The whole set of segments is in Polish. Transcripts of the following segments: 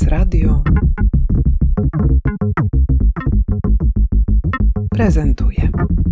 Prezes Radio prezentuje.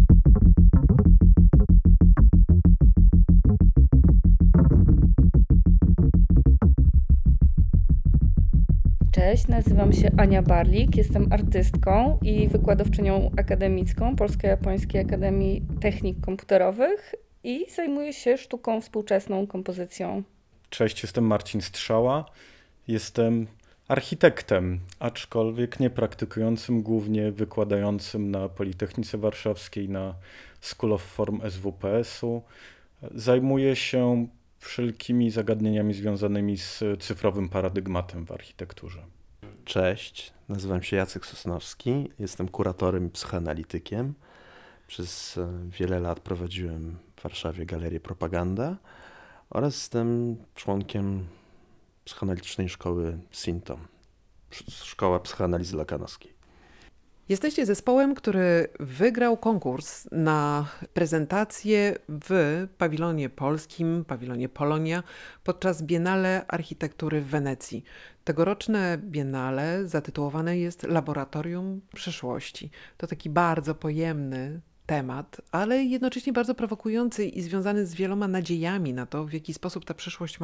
Cześć, nazywam się Ania Barlik, jestem artystką i wykładowczynią akademicką Polsko-Japońskiej Akademii Technik Komputerowych i zajmuję się sztuką współczesną, kompozycją. Cześć, jestem Marcin Strzała, jestem architektem, aczkolwiek nie praktykującym, głównie wykładającym na Politechnice Warszawskiej, na School of Form SWPS-u. Zajmuję się wszelkimi zagadnieniami związanymi z cyfrowym paradygmatem w architekturze. Cześć, nazywam się Jacek Sosnowski, jestem kuratorem i psychoanalitykiem. Przez wiele lat prowadziłem w Warszawie Galerię Propaganda oraz jestem członkiem psychoanalitycznej szkoły SINTO, Szkoła Psychoanalizy Lakanowskiej. Jesteście zespołem, który wygrał konkurs na prezentację w pawilonie polskim, pawilonie Polonia, podczas Biennale Architektury w Wenecji. Tegoroczne Biennale zatytułowane jest Laboratorium Przyszłości. To taki bardzo pojemny temat, ale jednocześnie bardzo prowokujący i związany z wieloma nadziejami na to, w jaki sposób ta przyszłość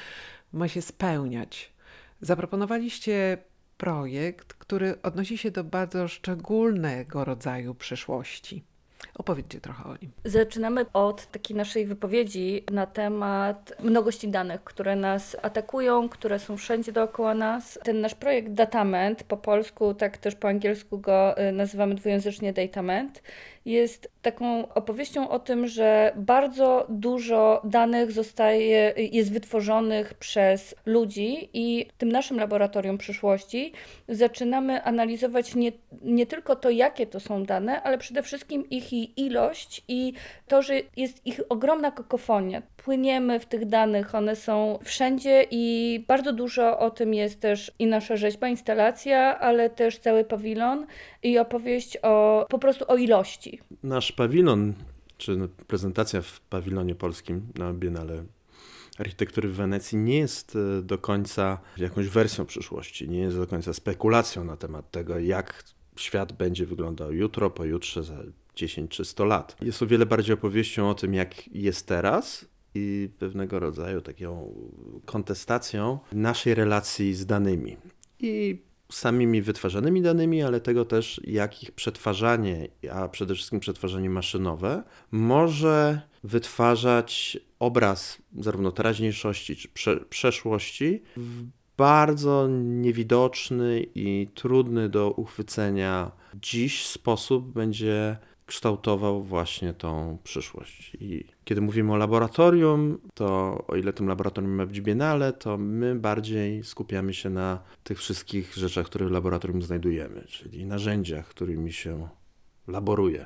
ma się spełniać. Zaproponowaliście projekt, który odnosi się do bardzo szczególnego rodzaju przyszłości. Opowiedzcie trochę o nim. Zaczynamy od takiej naszej wypowiedzi na temat mnogości danych, które nas atakują, które są wszędzie dookoła nas. Ten nasz projekt Datament, po polsku, tak też po angielsku go nazywamy dwujęzycznie Datament, jest taką opowieścią o tym, że bardzo dużo danych jest wytworzonych przez ludzi i w tym naszym laboratorium przyszłości zaczynamy analizować nie tylko to, jakie to są dane, ale przede wszystkim ich ilość i to, że jest ich ogromna kakofonia. Płyniemy w tych danych, one są wszędzie i bardzo dużo o tym jest też i nasza rzeźba, instalacja, ale też cały pawilon i opowieść po prostu o ilości. Nasz pawilon, czy prezentacja w pawilonie polskim na Biennale Architektury w Wenecji nie jest do końca jakąś wersją przyszłości, nie jest do końca spekulacją na temat tego, jak świat będzie wyglądał jutro, pojutrze, za 10 czy 100 lat. Jest o wiele bardziej opowieścią o tym, jak jest teraz i pewnego rodzaju taką kontestacją naszej relacji z danymi. I samymi wytwarzanymi danymi, ale tego też, jak ich przetwarzanie, a przede wszystkim przetwarzanie maszynowe, może wytwarzać obraz zarówno teraźniejszości, czy przeszłości w bardzo niewidoczny i trudny do uchwycenia dziś sposób będzie kształtował właśnie tą przyszłość. I kiedy mówimy o laboratorium, to o ile tym laboratorium ma być biennale, to my bardziej skupiamy się na tych wszystkich rzeczach, które w laboratorium znajdujemy, czyli narzędziach, którymi się laboruje.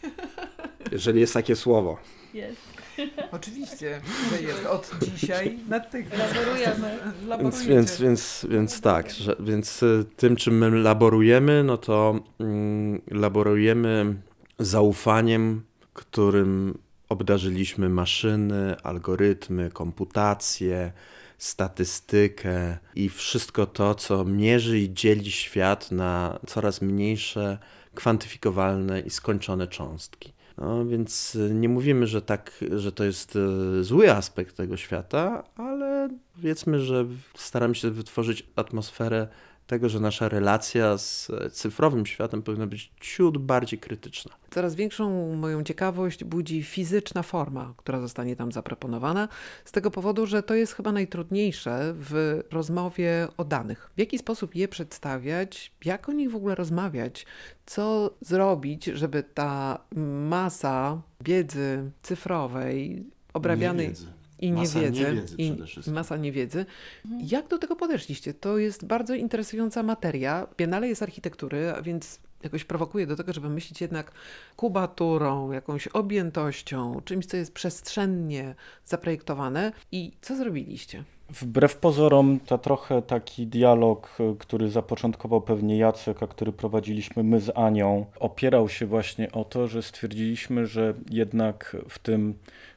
Jeżeli jest takie słowo. Jest. Oczywiście, że jest od dzisiaj natychmiast. Laborujemy. Więc tak, więc tym, czym my laborujemy, no to laborujemy zaufaniem, którym obdarzyliśmy maszyny, algorytmy, komputację, statystykę i wszystko to, co mierzy i dzieli świat na coraz mniejsze, kwantyfikowalne i skończone cząstki. No więc nie mówimy, że to jest zły aspekt tego świata, ale powiedzmy, że staramy się wytworzyć atmosferę tego, że nasza relacja z cyfrowym światem powinna być ciut bardziej krytyczna. Coraz większą moją ciekawość budzi fizyczna forma, która zostanie tam zaproponowana, z tego powodu, że to jest chyba najtrudniejsze w rozmowie o danych. W jaki sposób je przedstawiać, jak o nich w ogóle rozmawiać, co zrobić, żeby ta masa wiedzy cyfrowej, obrabianej i masa niewiedzy. Jak do tego podeszliście? To jest bardzo interesująca materia. Biennale jest architektury, a więc jakoś prowokuje do tego, żeby myśleć jednak kubaturą, jakąś objętością, czymś, co jest przestrzennie zaprojektowane. I co zrobiliście? Wbrew pozorom to trochę taki dialog, który zapoczątkował pewnie Jacek, a który prowadziliśmy my z Anią, opierał się właśnie o to, że stwierdziliśmy, że jednak w tym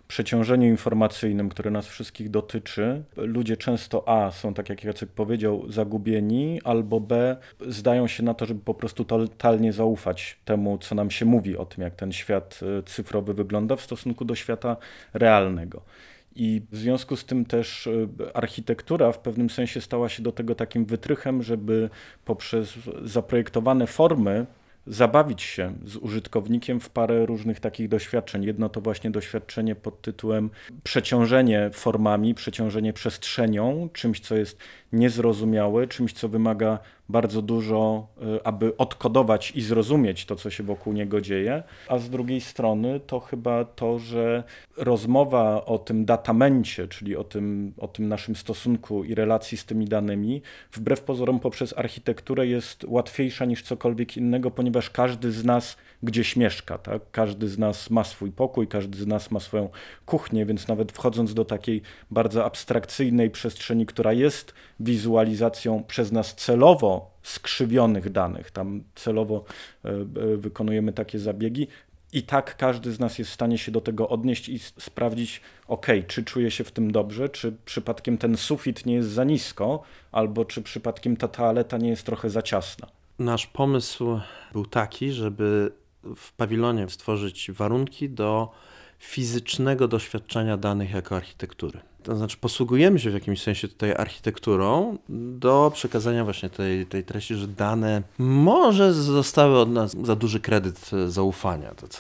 przeciążeniu informacyjnym, które nas wszystkich dotyczy, ludzie często są, tak jak Jacek powiedział, zagubieni, albo B, zdają się na to, żeby po prostu totalnie zaufać temu, co nam się mówi o tym, jak ten świat cyfrowy wygląda w stosunku do świata realnego. I w związku z tym też architektura w pewnym sensie stała się do tego takim wytrychem, żeby poprzez zaprojektowane formy zabawić się z użytkownikiem w parę różnych takich doświadczeń. Jedno to właśnie doświadczenie pod tytułem przeciążenie formami, przeciążenie przestrzenią, czymś, co jest niezrozumiałe, czymś, co wymaga bardzo dużo, aby odkodować i zrozumieć to, co się wokół niego dzieje. A z drugiej strony to chyba to, że rozmowa o tym datamencie, czyli o tym naszym stosunku i relacji z tymi danymi, wbrew pozorom poprzez architekturę jest łatwiejsza niż cokolwiek innego, ponieważ każdy z nas gdzieś mieszka, tak? Każdy z nas ma swój pokój, każdy z nas ma swoją kuchnię, więc nawet wchodząc do takiej bardzo abstrakcyjnej przestrzeni, która jest wizualizacją przez nas celowo skrzywionych danych, tam celowo wykonujemy takie zabiegi, i tak każdy z nas jest w stanie się do tego odnieść i sprawdzić, czy czuje się w tym dobrze, czy przypadkiem ten sufit nie jest za nisko, albo czy przypadkiem ta toaleta nie jest trochę za ciasna. Nasz pomysł był taki, żeby w pawilonie stworzyć warunki do fizycznego doświadczenia danych jako architektury. To znaczy posługujemy się w jakimś sensie tutaj architekturą do przekazania właśnie tej treści, że dane może zostały od nas za duży kredyt zaufania, to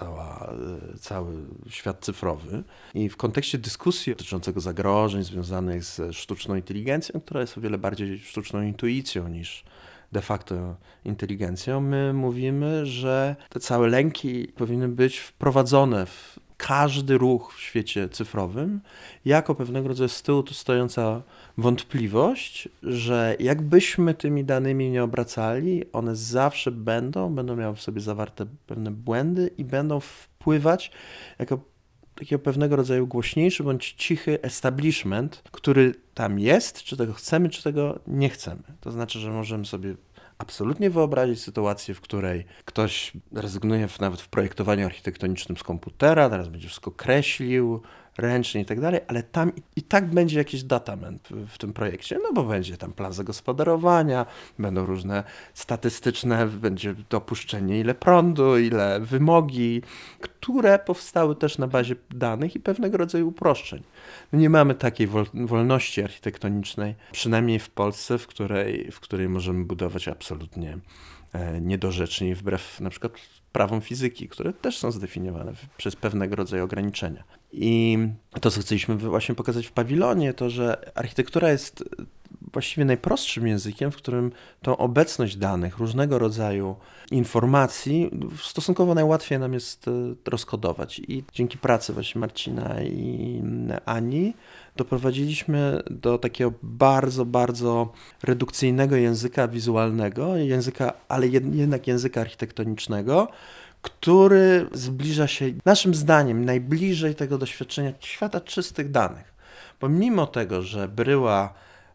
cały świat cyfrowy. I w kontekście dyskusji dotyczącego zagrożeń związanych z sztuczną inteligencją, która jest o wiele bardziej sztuczną intuicją niż de facto inteligencją, my mówimy, że te całe lęki powinny być wprowadzone w każdy ruch w świecie cyfrowym jako pewnego rodzaju z tyłu stojąca wątpliwość, że jakbyśmy tymi danymi nie obracali, one zawsze będą miały w sobie zawarte pewne błędy i będą wpływać jako takiego pewnego rodzaju głośniejszy bądź cichy establishment, który tam jest, czy tego chcemy, czy tego nie chcemy. To znaczy, że możemy sobie absolutnie wyobrazić sytuację, w której ktoś rezygnuje nawet w projektowaniu architektonicznym z komputera, teraz będzie wszystko kreślił ręcznie i tak dalej, ale tam i tak będzie jakiś datament w tym projekcie, no bo będzie tam plan zagospodarowania, będą różne statystyczne, będzie dopuszczenie ile prądu, ile wymogi, które powstały też na bazie danych i pewnego rodzaju uproszczeń. My nie mamy takiej wolności architektonicznej, przynajmniej w Polsce, w której możemy budować absolutnie niedorzecznie, wbrew na przykład prawom fizyki, które też są zdefiniowane przez pewnego rodzaju ograniczenia. I to, co chcieliśmy właśnie pokazać w pawilonie, to, że architektura jest właściwie najprostszym językiem, w którym tą obecność danych, różnego rodzaju informacji stosunkowo najłatwiej nam jest rozkodować. I dzięki pracy właśnie Marcina i Ani doprowadziliśmy do takiego bardzo, bardzo redukcyjnego języka wizualnego, ale jednak języka architektonicznego, który zbliża się naszym zdaniem najbliżej tego doświadczenia świata czystych danych. Bo mimo tego, że bryła,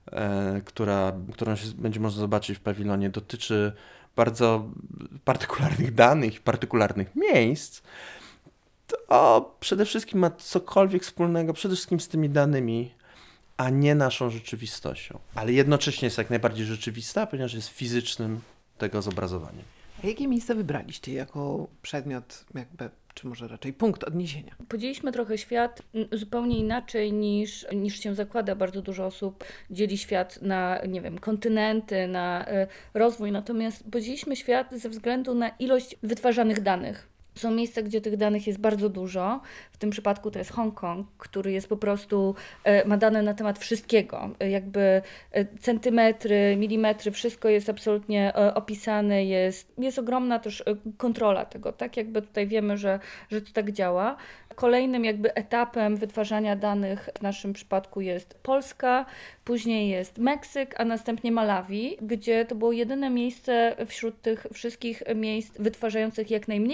którą będzie można zobaczyć w pawilonie, dotyczy bardzo partykularnych danych i partykularnych miejsc, to przede wszystkim ma cokolwiek wspólnego przede wszystkim z tymi danymi, a nie naszą rzeczywistością. Ale jednocześnie jest jak najbardziej rzeczywista, ponieważ jest fizycznym tego zobrazowaniem. A jakie miejsce wybraliście jako przedmiot, czy może raczej punkt odniesienia? Podzieliliśmy trochę świat zupełnie inaczej niż się zakłada. Bardzo dużo osób dzieli świat na, kontynenty, na rozwój. Natomiast podzieliliśmy świat ze względu na ilość wytwarzanych danych. Są miejsca, gdzie tych danych jest bardzo dużo. W tym przypadku to jest Hongkong, który jest po prostu, ma dane na temat wszystkiego. Jakby centymetry, milimetry, wszystko jest absolutnie opisane. Jest ogromna też kontrola tego, tak? Jakby tutaj wiemy, że to tak działa. Kolejnym etapem wytwarzania danych w naszym przypadku jest Polska, później jest Meksyk, a następnie Malawi, gdzie to było jedyne miejsce wśród tych wszystkich miejsc wytwarzających jak najmniej danych,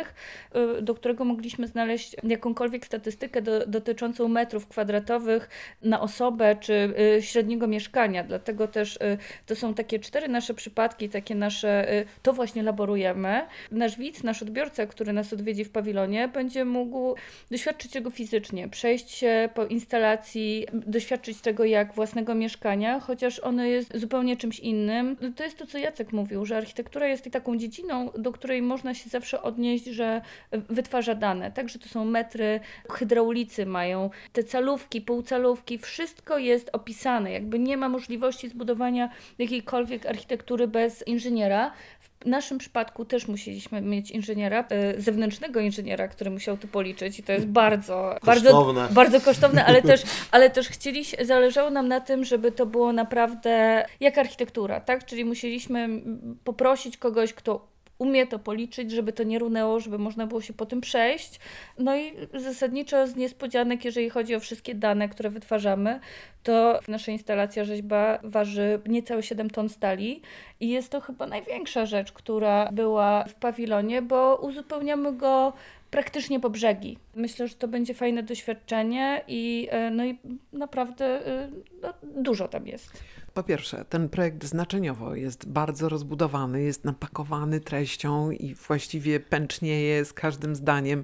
danych, do którego mogliśmy znaleźć jakąkolwiek statystykę dotyczącą metrów kwadratowych na osobę czy średniego mieszkania. Dlatego też to są takie 4 nasze przypadki, takie nasze, to właśnie laborujemy. Nasz widz, nasz odbiorca, który nas odwiedzi w pawilonie, będzie mógł doświadczyć tego fizycznie, przejść się po instalacji, doświadczyć tego jak własnego mieszkania, chociaż ono jest zupełnie czymś innym. To jest to, co Jacek mówił, że architektura jest taką dziedziną, do której można się zawsze odnieść, że wytwarza dane. Także to są metry, hydraulicy mają te calówki, półcalówki, wszystko jest opisane. Jakby nie ma możliwości zbudowania jakiejkolwiek architektury bez inżyniera. W naszym przypadku też musieliśmy mieć inżyniera, zewnętrznego inżyniera, który musiał to policzyć i to jest bardzo kosztowne, ale też zależało nam na tym, żeby to było naprawdę jak architektura, tak? Czyli musieliśmy poprosić kogoś, kto umie to policzyć, żeby to nie runęło, żeby można było się po tym przejść. No i zasadniczo z niespodzianek, jeżeli chodzi o wszystkie dane, które wytwarzamy, to nasza instalacja rzeźba waży niecałe 7 ton stali i jest to chyba największa rzecz, która była w pawilonie, bo uzupełniamy go praktycznie po brzegi. Myślę, że to będzie fajne doświadczenie i naprawdę dużo tam jest. Po pierwsze, ten projekt znaczeniowo jest bardzo rozbudowany, jest napakowany treścią i właściwie pęcznieje z każdym zdaniem.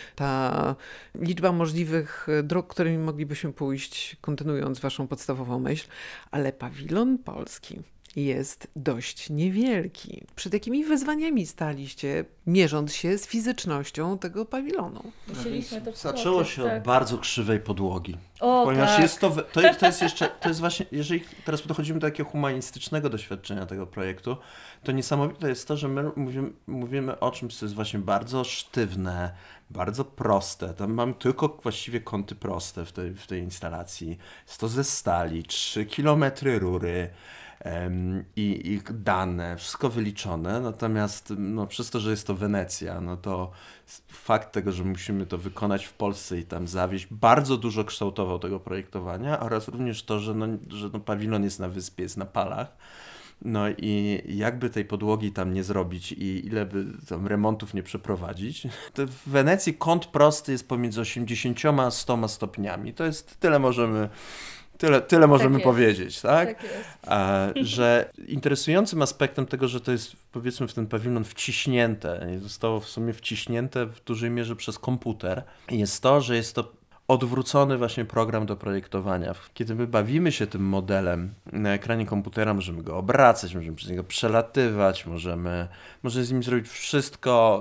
Ta liczba możliwych dróg, którymi moglibyśmy pójść, kontynuując waszą podstawową myśl, ale pawilon polski jest dość niewielki. Przed jakimi wyzwaniami staliście, mierząc się z fizycznością tego pawilonu? Zaczęło się od bardzo krzywej podłogi. Ponieważ tak. To jest właśnie, jeżeli teraz dochodzimy do takiego humanistycznego doświadczenia tego projektu, to niesamowite jest to, że my mówimy o czymś, co jest właśnie bardzo sztywne, bardzo proste. Tam mamy tylko właściwie kąty proste w tej instalacji. Jest to ze stali, 3 kilometry rury, i dane, wszystko wyliczone, natomiast przez to, że jest to Wenecja, no to fakt tego, że musimy to wykonać w Polsce i tam zawieźć, bardzo dużo kształtował tego projektowania oraz również to, że pawilon jest na wyspie, jest na palach. No i jakby tej podłogi tam nie zrobić i ile by tam remontów nie przeprowadzić, to w Wenecji kąt prosty jest pomiędzy 80 a 100 stopniami. To jest tyle możemy powiedzieć, tak? Tak jest. Że interesującym aspektem tego, że to jest powiedzmy w ten pawilon wciśnięte, zostało w sumie wciśnięte w dużej mierze przez komputer, jest to, że jest to odwrócony właśnie program do projektowania. Kiedy my bawimy się tym modelem na ekranie komputera, możemy go obracać, możemy przez niego przelatywać, możemy z nim zrobić wszystko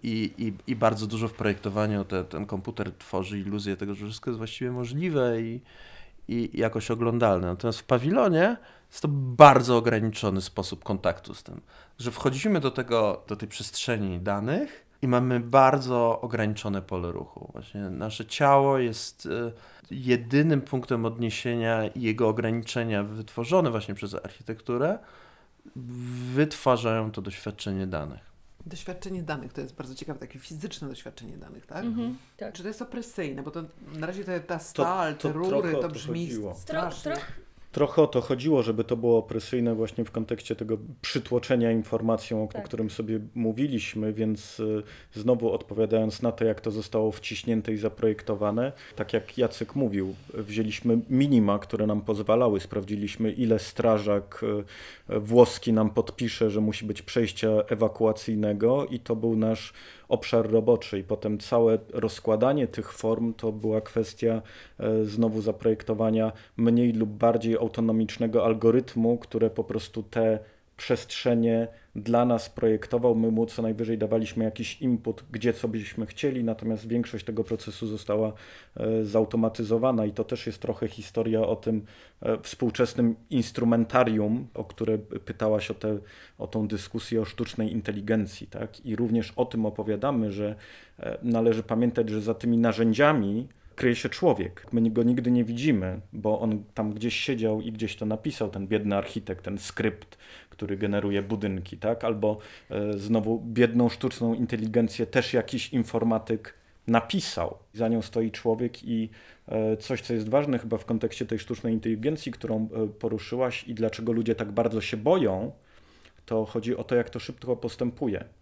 i bardzo dużo w projektowaniu ten komputer tworzy iluzję tego, że wszystko jest właściwie możliwe i jakoś oglądalne. Natomiast w pawilonie jest to bardzo ograniczony sposób kontaktu z tym, że wchodzimy do tej przestrzeni danych i mamy bardzo ograniczone pole ruchu. Właśnie nasze ciało jest jedynym punktem odniesienia i jego ograniczenia wytworzone właśnie przez architekturę wytwarzają to doświadczenie danych. Doświadczenie danych to jest bardzo ciekawe, takie fizyczne doświadczenie danych, tak? Tak. Czy to jest opresyjne? Bo to na razie ta stal, te rury, to brzmi strasznie. Trochę o to chodziło, żeby to było opresyjne właśnie w kontekście tego przytłoczenia informacją, o którym sobie mówiliśmy, więc znowu odpowiadając na to, jak to zostało wciśnięte i zaprojektowane, tak jak Jacek mówił, wzięliśmy minima, które nam pozwalały, sprawdziliśmy, ile strażak włoski nam podpisze, że musi być przejścia ewakuacyjnego i to był nasz obszar roboczy i potem całe rozkładanie tych form to była kwestia znowu zaprojektowania mniej lub bardziej autonomicznego algorytmu, które po prostu te przestrzenie dla nas projektował, my mu co najwyżej dawaliśmy jakiś input, gdzie co byśmy chcieli, natomiast większość tego procesu została zautomatyzowana i to też jest trochę historia o tym współczesnym instrumentarium, o które pytałaś o tą dyskusję o sztucznej inteligencji, tak? I również o tym opowiadamy, że należy pamiętać, że za tymi narzędziami kryje się człowiek. My go nigdy nie widzimy, bo on tam gdzieś siedział i gdzieś to napisał, ten biedny architekt, ten skrypt, który generuje budynki, tak? Albo znowu biedną sztuczną inteligencję też jakiś informatyk napisał. Za nią stoi człowiek i coś, co jest ważne chyba w kontekście tej sztucznej inteligencji, którą poruszyłaś i dlaczego ludzie tak bardzo się boją, to chodzi o to, jak to szybko postępuje.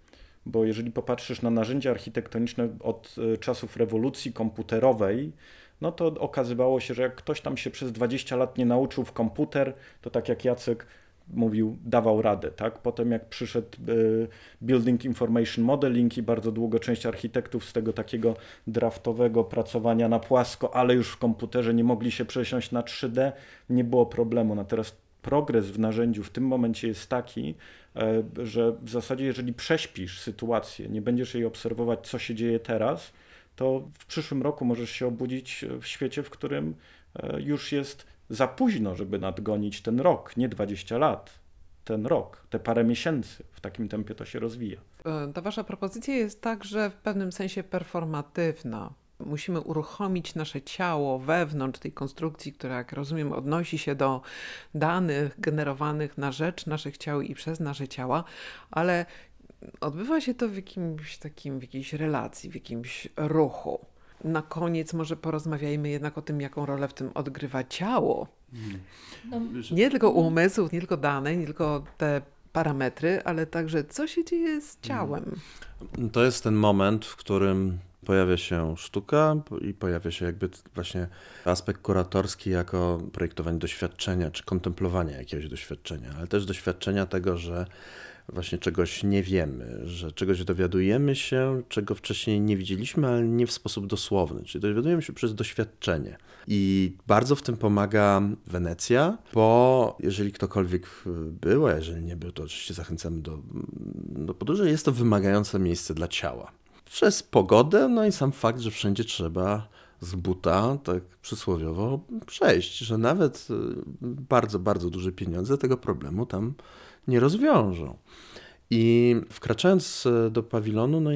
bo jeżeli popatrzysz na narzędzia architektoniczne od czasów rewolucji komputerowej, no to okazywało się, że jak ktoś tam się przez 20 lat nie nauczył w komputer, to tak jak Jacek mówił, dawał radę, tak? Potem jak przyszedł Building Information Modeling i bardzo długo część architektów z tego takiego draftowego pracowania na płasko, ale już w komputerze nie mogli się przesiąść na 3D, nie było problemu. No teraz progres w narzędziu w tym momencie jest taki, że w zasadzie jeżeli prześpisz sytuację, nie będziesz jej obserwować, co się dzieje teraz, to w przyszłym roku możesz się obudzić w świecie, w którym już jest za późno, żeby nadgonić ten rok, nie 20 lat, ten rok, te parę miesięcy. W takim tempie to się rozwija. Ta wasza propozycja jest także w pewnym sensie performatywna. Musimy uruchomić nasze ciało wewnątrz tej konstrukcji, która, jak rozumiem, odnosi się do danych generowanych na rzecz naszych ciał i przez nasze ciała, ale odbywa się to w w jakiejś relacji, w jakimś ruchu. Na koniec może porozmawiajmy jednak o tym, jaką rolę w tym odgrywa ciało. No, Nie tylko umysł, nie tylko dane, nie tylko te parametry, ale także co się dzieje z ciałem. To jest ten moment, w którym pojawia się sztuka i pojawia się jakby właśnie aspekt kuratorski jako projektowanie doświadczenia, czy kontemplowania jakiegoś doświadczenia, ale też doświadczenia tego, że właśnie czegoś nie wiemy, że czegoś dowiadujemy się, czego wcześniej nie widzieliśmy, ale nie w sposób dosłowny, czyli dowiadujemy się przez doświadczenie. I bardzo w tym pomaga Wenecja, bo jeżeli ktokolwiek był, a jeżeli nie był, to oczywiście zachęcamy do podróży, jest to wymagające miejsce dla ciała. Przez pogodę, no i sam fakt, że wszędzie trzeba z buta, tak przysłowiowo, przejść, że nawet bardzo, bardzo duże pieniądze tego problemu tam nie rozwiążą. I wkraczając do pawilonu, no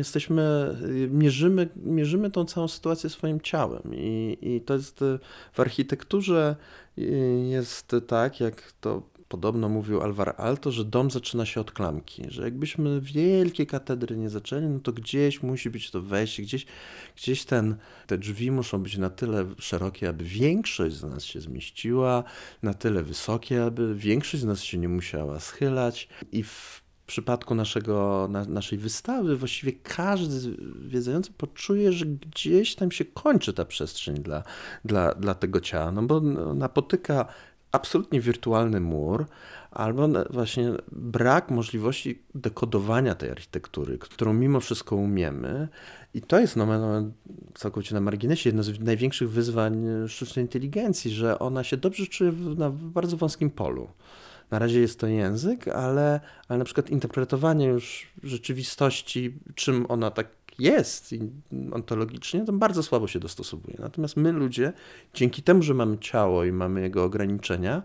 mierzymy tą całą sytuację swoim ciałem. I to jest w architekturze jest tak, jak to podobno mówił Alvar Aalto, że dom zaczyna się od klamki, że jakbyśmy wielkie katedry nie zaczęli, no to gdzieś musi być to wejście, gdzieś te drzwi muszą być na tyle szerokie, aby większość z nas się zmieściła, na tyle wysokie, aby większość z nas się nie musiała schylać. I w przypadku naszej wystawy właściwie każdy zwiedzający poczuje, że gdzieś tam się kończy ta przestrzeń dla tego ciała, no bo napotyka absolutnie wirtualny mur, albo właśnie brak możliwości dekodowania tej architektury, którą mimo wszystko umiemy. I to jest całkowicie na marginesie jedno z największych wyzwań sztucznej inteligencji, że ona się dobrze czuje na bardzo wąskim polu. Na razie jest to język, ale na przykład interpretowanie już rzeczywistości, czym ona tak jest ontologicznie, to bardzo słabo się dostosowuje. Natomiast my ludzie, dzięki temu, że mamy ciało i mamy jego ograniczenia,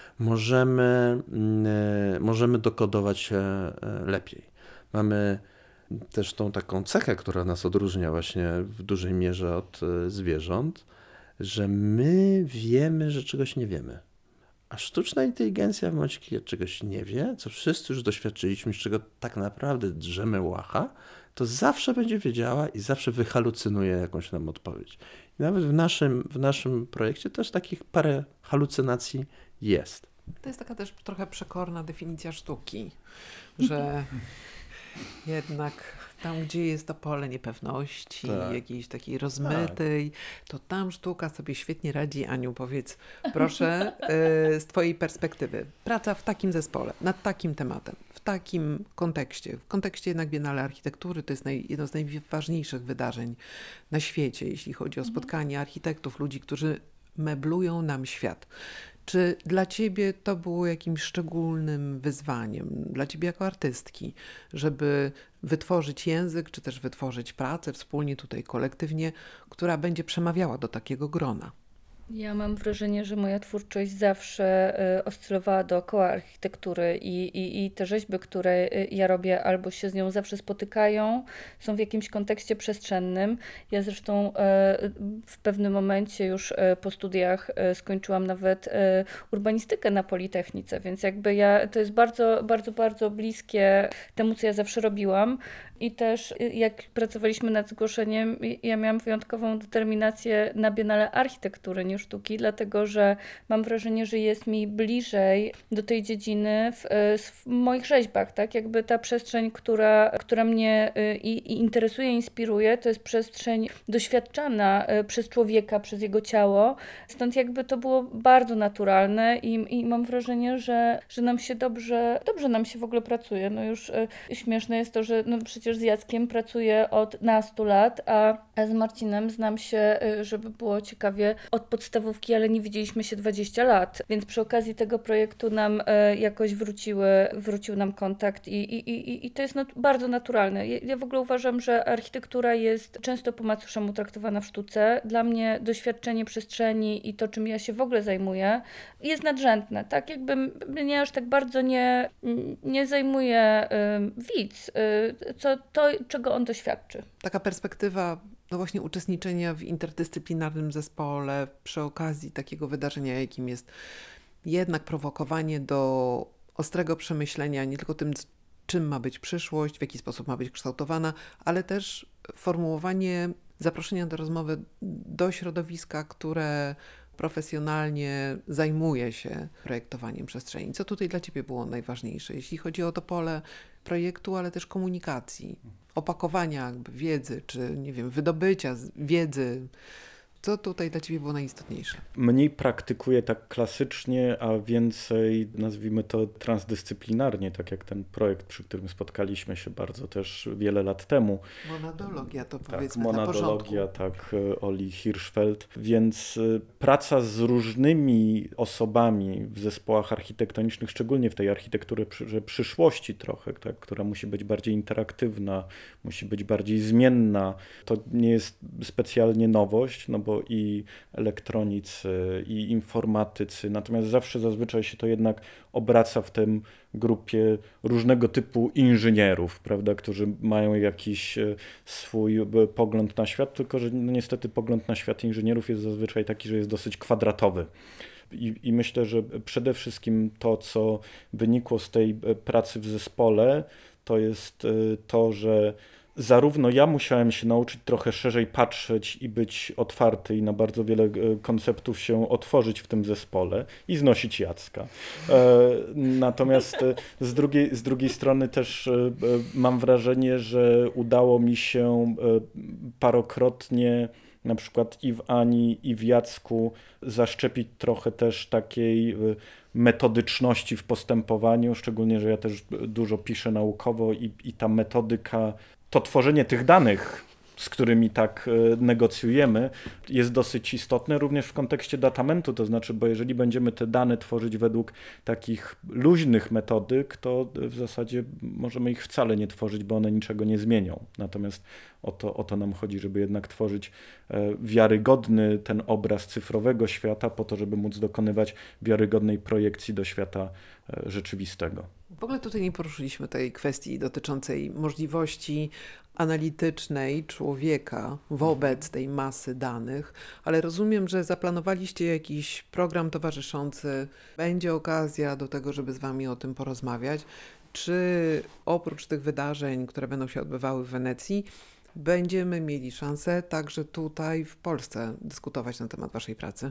możemy dokodować się lepiej. Mamy też tą taką cechę, która nas odróżnia właśnie w dużej mierze od zwierząt, że my wiemy, że czegoś nie wiemy. A sztuczna inteligencja w momencie, kiedy czegoś nie wie, co wszyscy już doświadczyliśmy, z czego tak naprawdę drzemy łacha, to zawsze będzie wiedziała i zawsze wyhalucynuje jakąś nam odpowiedź. I nawet w naszym projekcie też takich parę halucynacji jest. To jest taka też trochę przekorna definicja sztuki, że jednak tam, gdzie jest to pole niepewności, jakiejś takiej rozmytej, to tam sztuka sobie świetnie radzi. Aniu, powiedz proszę z twojej perspektywy, praca w takim zespole, nad takim tematem, w takim kontekście, w kontekście jednak Biennale Architektury, to jest jedno z najważniejszych wydarzeń na świecie, jeśli chodzi o spotkanie architektów, ludzi, którzy meblują nam świat. Czy dla ciebie to było jakimś szczególnym wyzwaniem, dla ciebie jako artystki, żeby wytworzyć język, czy też wytworzyć pracę wspólnie tutaj kolektywnie, która będzie przemawiała do takiego grona? Ja mam wrażenie, że moja twórczość zawsze oscylowała dookoła architektury i te rzeźby, które ja robię, albo się z nią zawsze spotykają, są w jakimś kontekście przestrzennym. Ja zresztą w pewnym momencie już po studiach skończyłam nawet urbanistykę na Politechnice, więc jakby to jest bardzo, bardzo, bardzo bliskie temu, co ja zawsze robiłam. I też jak pracowaliśmy nad zgłoszeniem, ja miałam wyjątkową determinację na Biennale Architektury. projektowanie sztuki, dlatego że mam wrażenie, że jest mi bliżej do tej dziedziny w moich rzeźbach, tak? Jakby ta przestrzeń, która mnie i interesuje, inspiruje, to jest przestrzeń doświadczana przez człowieka, przez jego ciało. Stąd jakby to było bardzo naturalne i mam wrażenie, że nam się dobrze nam się w ogóle pracuje. No już śmieszne jest to, że no przecież z Jackiem pracuję od nastu lat, a z Marcinem znam się, żeby było ciekawie, od podstawówki, ale nie widzieliśmy się 20 lat. Więc przy okazji tego projektu nam jakoś wrócił nam kontakt i to jest bardzo naturalne. Ja w ogóle uważam, że architektura jest często po macoszemu traktowana w sztuce. Dla mnie doświadczenie przestrzeni i to, czym ja się w ogóle zajmuję, jest nadrzędne. Tak jakby mnie aż tak bardzo nie zajmuje widz, co to, czego on doświadczy. Taka perspektywa no właśnie uczestniczenia w interdyscyplinarnym zespole przy okazji takiego wydarzenia, jakim jest jednak prowokowanie do ostrego przemyślenia nie tylko tym, czym ma być przyszłość, w jaki sposób ma być kształtowana, ale też formułowanie zaproszenia do rozmowy do środowiska, które profesjonalnie zajmuje się projektowaniem przestrzeni. Co tutaj dla Ciebie było najważniejsze, jeśli chodzi o to pole projektu, ale też komunikacji, opakowania jakby wiedzy, czy nie wiem, wydobycia wiedzy? Co tutaj dla Ciebie było najistotniejsze? Mniej praktykuję tak klasycznie, a więcej, nazwijmy to, transdyscyplinarnie, tak jak ten projekt, przy którym spotkaliśmy się bardzo też wiele lat temu. Monadologia to Tak, powiedzmy na porządku. monadologia, tak, Oli Hirschfeld. Więc praca z różnymi osobami w zespołach architektonicznych, szczególnie w tej architekturze przyszłości trochę, tak, która musi być bardziej interaktywna, musi być bardziej zmienna. To nie jest specjalnie nowość, no bo i elektronicy, i informatycy, natomiast zazwyczaj się to jednak obraca w tym grupie różnego typu inżynierów, prawda, którzy mają jakiś swój pogląd na świat, tylko że no niestety pogląd na świat inżynierów jest zazwyczaj taki, że jest dosyć kwadratowy. I myślę, że przede wszystkim to, co wynikło z tej pracy w zespole, to jest to, że zarówno ja musiałem się nauczyć trochę szerzej patrzeć i być otwarty i na bardzo wiele konceptów się otworzyć w tym zespole i znosić Jacka. Natomiast z drugiej strony też mam wrażenie, że udało mi się parokrotnie na przykład i w Ani, i w Jacku zaszczepić trochę też takiej metodyczności w postępowaniu, szczególnie, że ja też dużo piszę naukowo i ta metodyka, to tworzenie tych danych, z którymi tak negocjujemy, jest dosyć istotne również w kontekście datamentu, to znaczy, bo jeżeli będziemy te dane tworzyć według takich luźnych metodyk, to w zasadzie możemy ich wcale nie tworzyć, bo one niczego nie zmienią. Natomiast o to nam chodzi, żeby jednak tworzyć wiarygodny ten obraz cyfrowego świata po to, żeby móc dokonywać wiarygodnej projekcji do świata rzeczywistego. W ogóle tutaj nie poruszyliśmy tej kwestii dotyczącej możliwości analitycznej człowieka wobec tej masy danych, ale rozumiem, że zaplanowaliście jakiś program towarzyszący, będzie okazja do tego, żeby z Wami o tym porozmawiać. Czy oprócz tych wydarzeń, które będą się odbywały w Wenecji, będziemy mieli szansę także tutaj w Polsce dyskutować na temat Waszej pracy?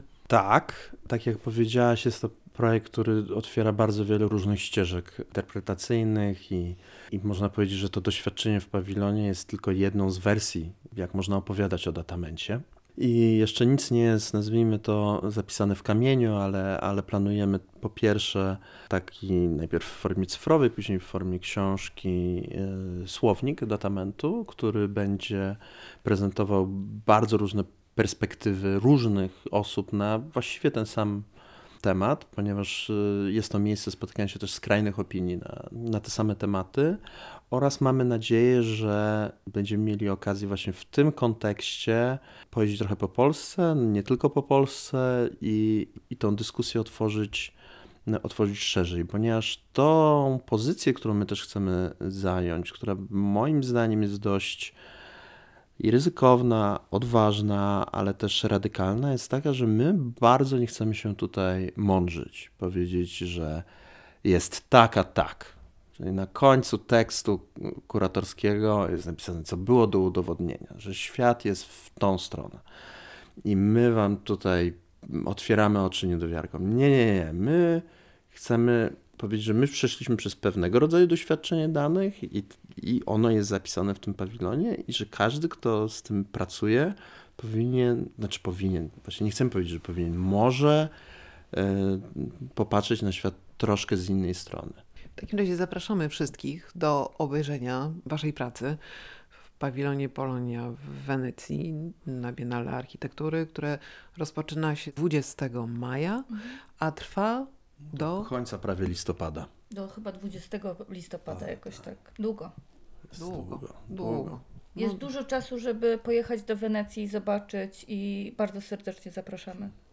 Tak jak powiedziałaś, jest to projekt, który otwiera bardzo wiele różnych ścieżek interpretacyjnych i można powiedzieć, że to doświadczenie w pawilonie jest tylko jedną z wersji, jak można opowiadać o datamencie. I jeszcze nic nie jest, nazwijmy to, zapisane w kamieniu, ale planujemy po pierwsze taki najpierw w formie cyfrowej, później w formie książki słownik datamentu, który będzie prezentował bardzo różne perspektywy różnych osób na właściwie ten sam temat, ponieważ jest to miejsce spotykania się też skrajnych opinii na te same tematy oraz mamy nadzieję, że będziemy mieli okazję właśnie w tym kontekście pojeździć trochę po Polsce, nie tylko po Polsce i tą dyskusję otworzyć szerzej, ponieważ tą pozycję, którą my też chcemy zająć, która moim zdaniem jest dość i ryzykowna, odważna, ale też radykalna, jest taka, że my bardzo nie chcemy się tutaj mądrzyć, powiedzieć, że jest tak, a tak. Czyli na końcu tekstu kuratorskiego jest napisane, co było do udowodnienia, że świat jest w tą stronę. I my wam tutaj otwieramy oczy niedowiarkom. Nie. My chcemy powiedzieć, że my przeszliśmy przez pewnego rodzaju doświadczenie danych i ono jest zapisane w tym pawilonie i że każdy, kto z tym pracuje, właśnie nie chcemy powiedzieć, że powinien, może popatrzeć na świat troszkę z innej strony. W takim razie zapraszamy wszystkich do obejrzenia waszej pracy w pawilonie Polonia w Wenecji na Biennale Architektury, które rozpoczyna się 20 maja, a trwa do końca prawie listopada. Do chyba 20 listopada jakoś tak. Długo. długo. Jest dużo czasu, żeby pojechać do Wenecji, zobaczyć i bardzo serdecznie zapraszamy.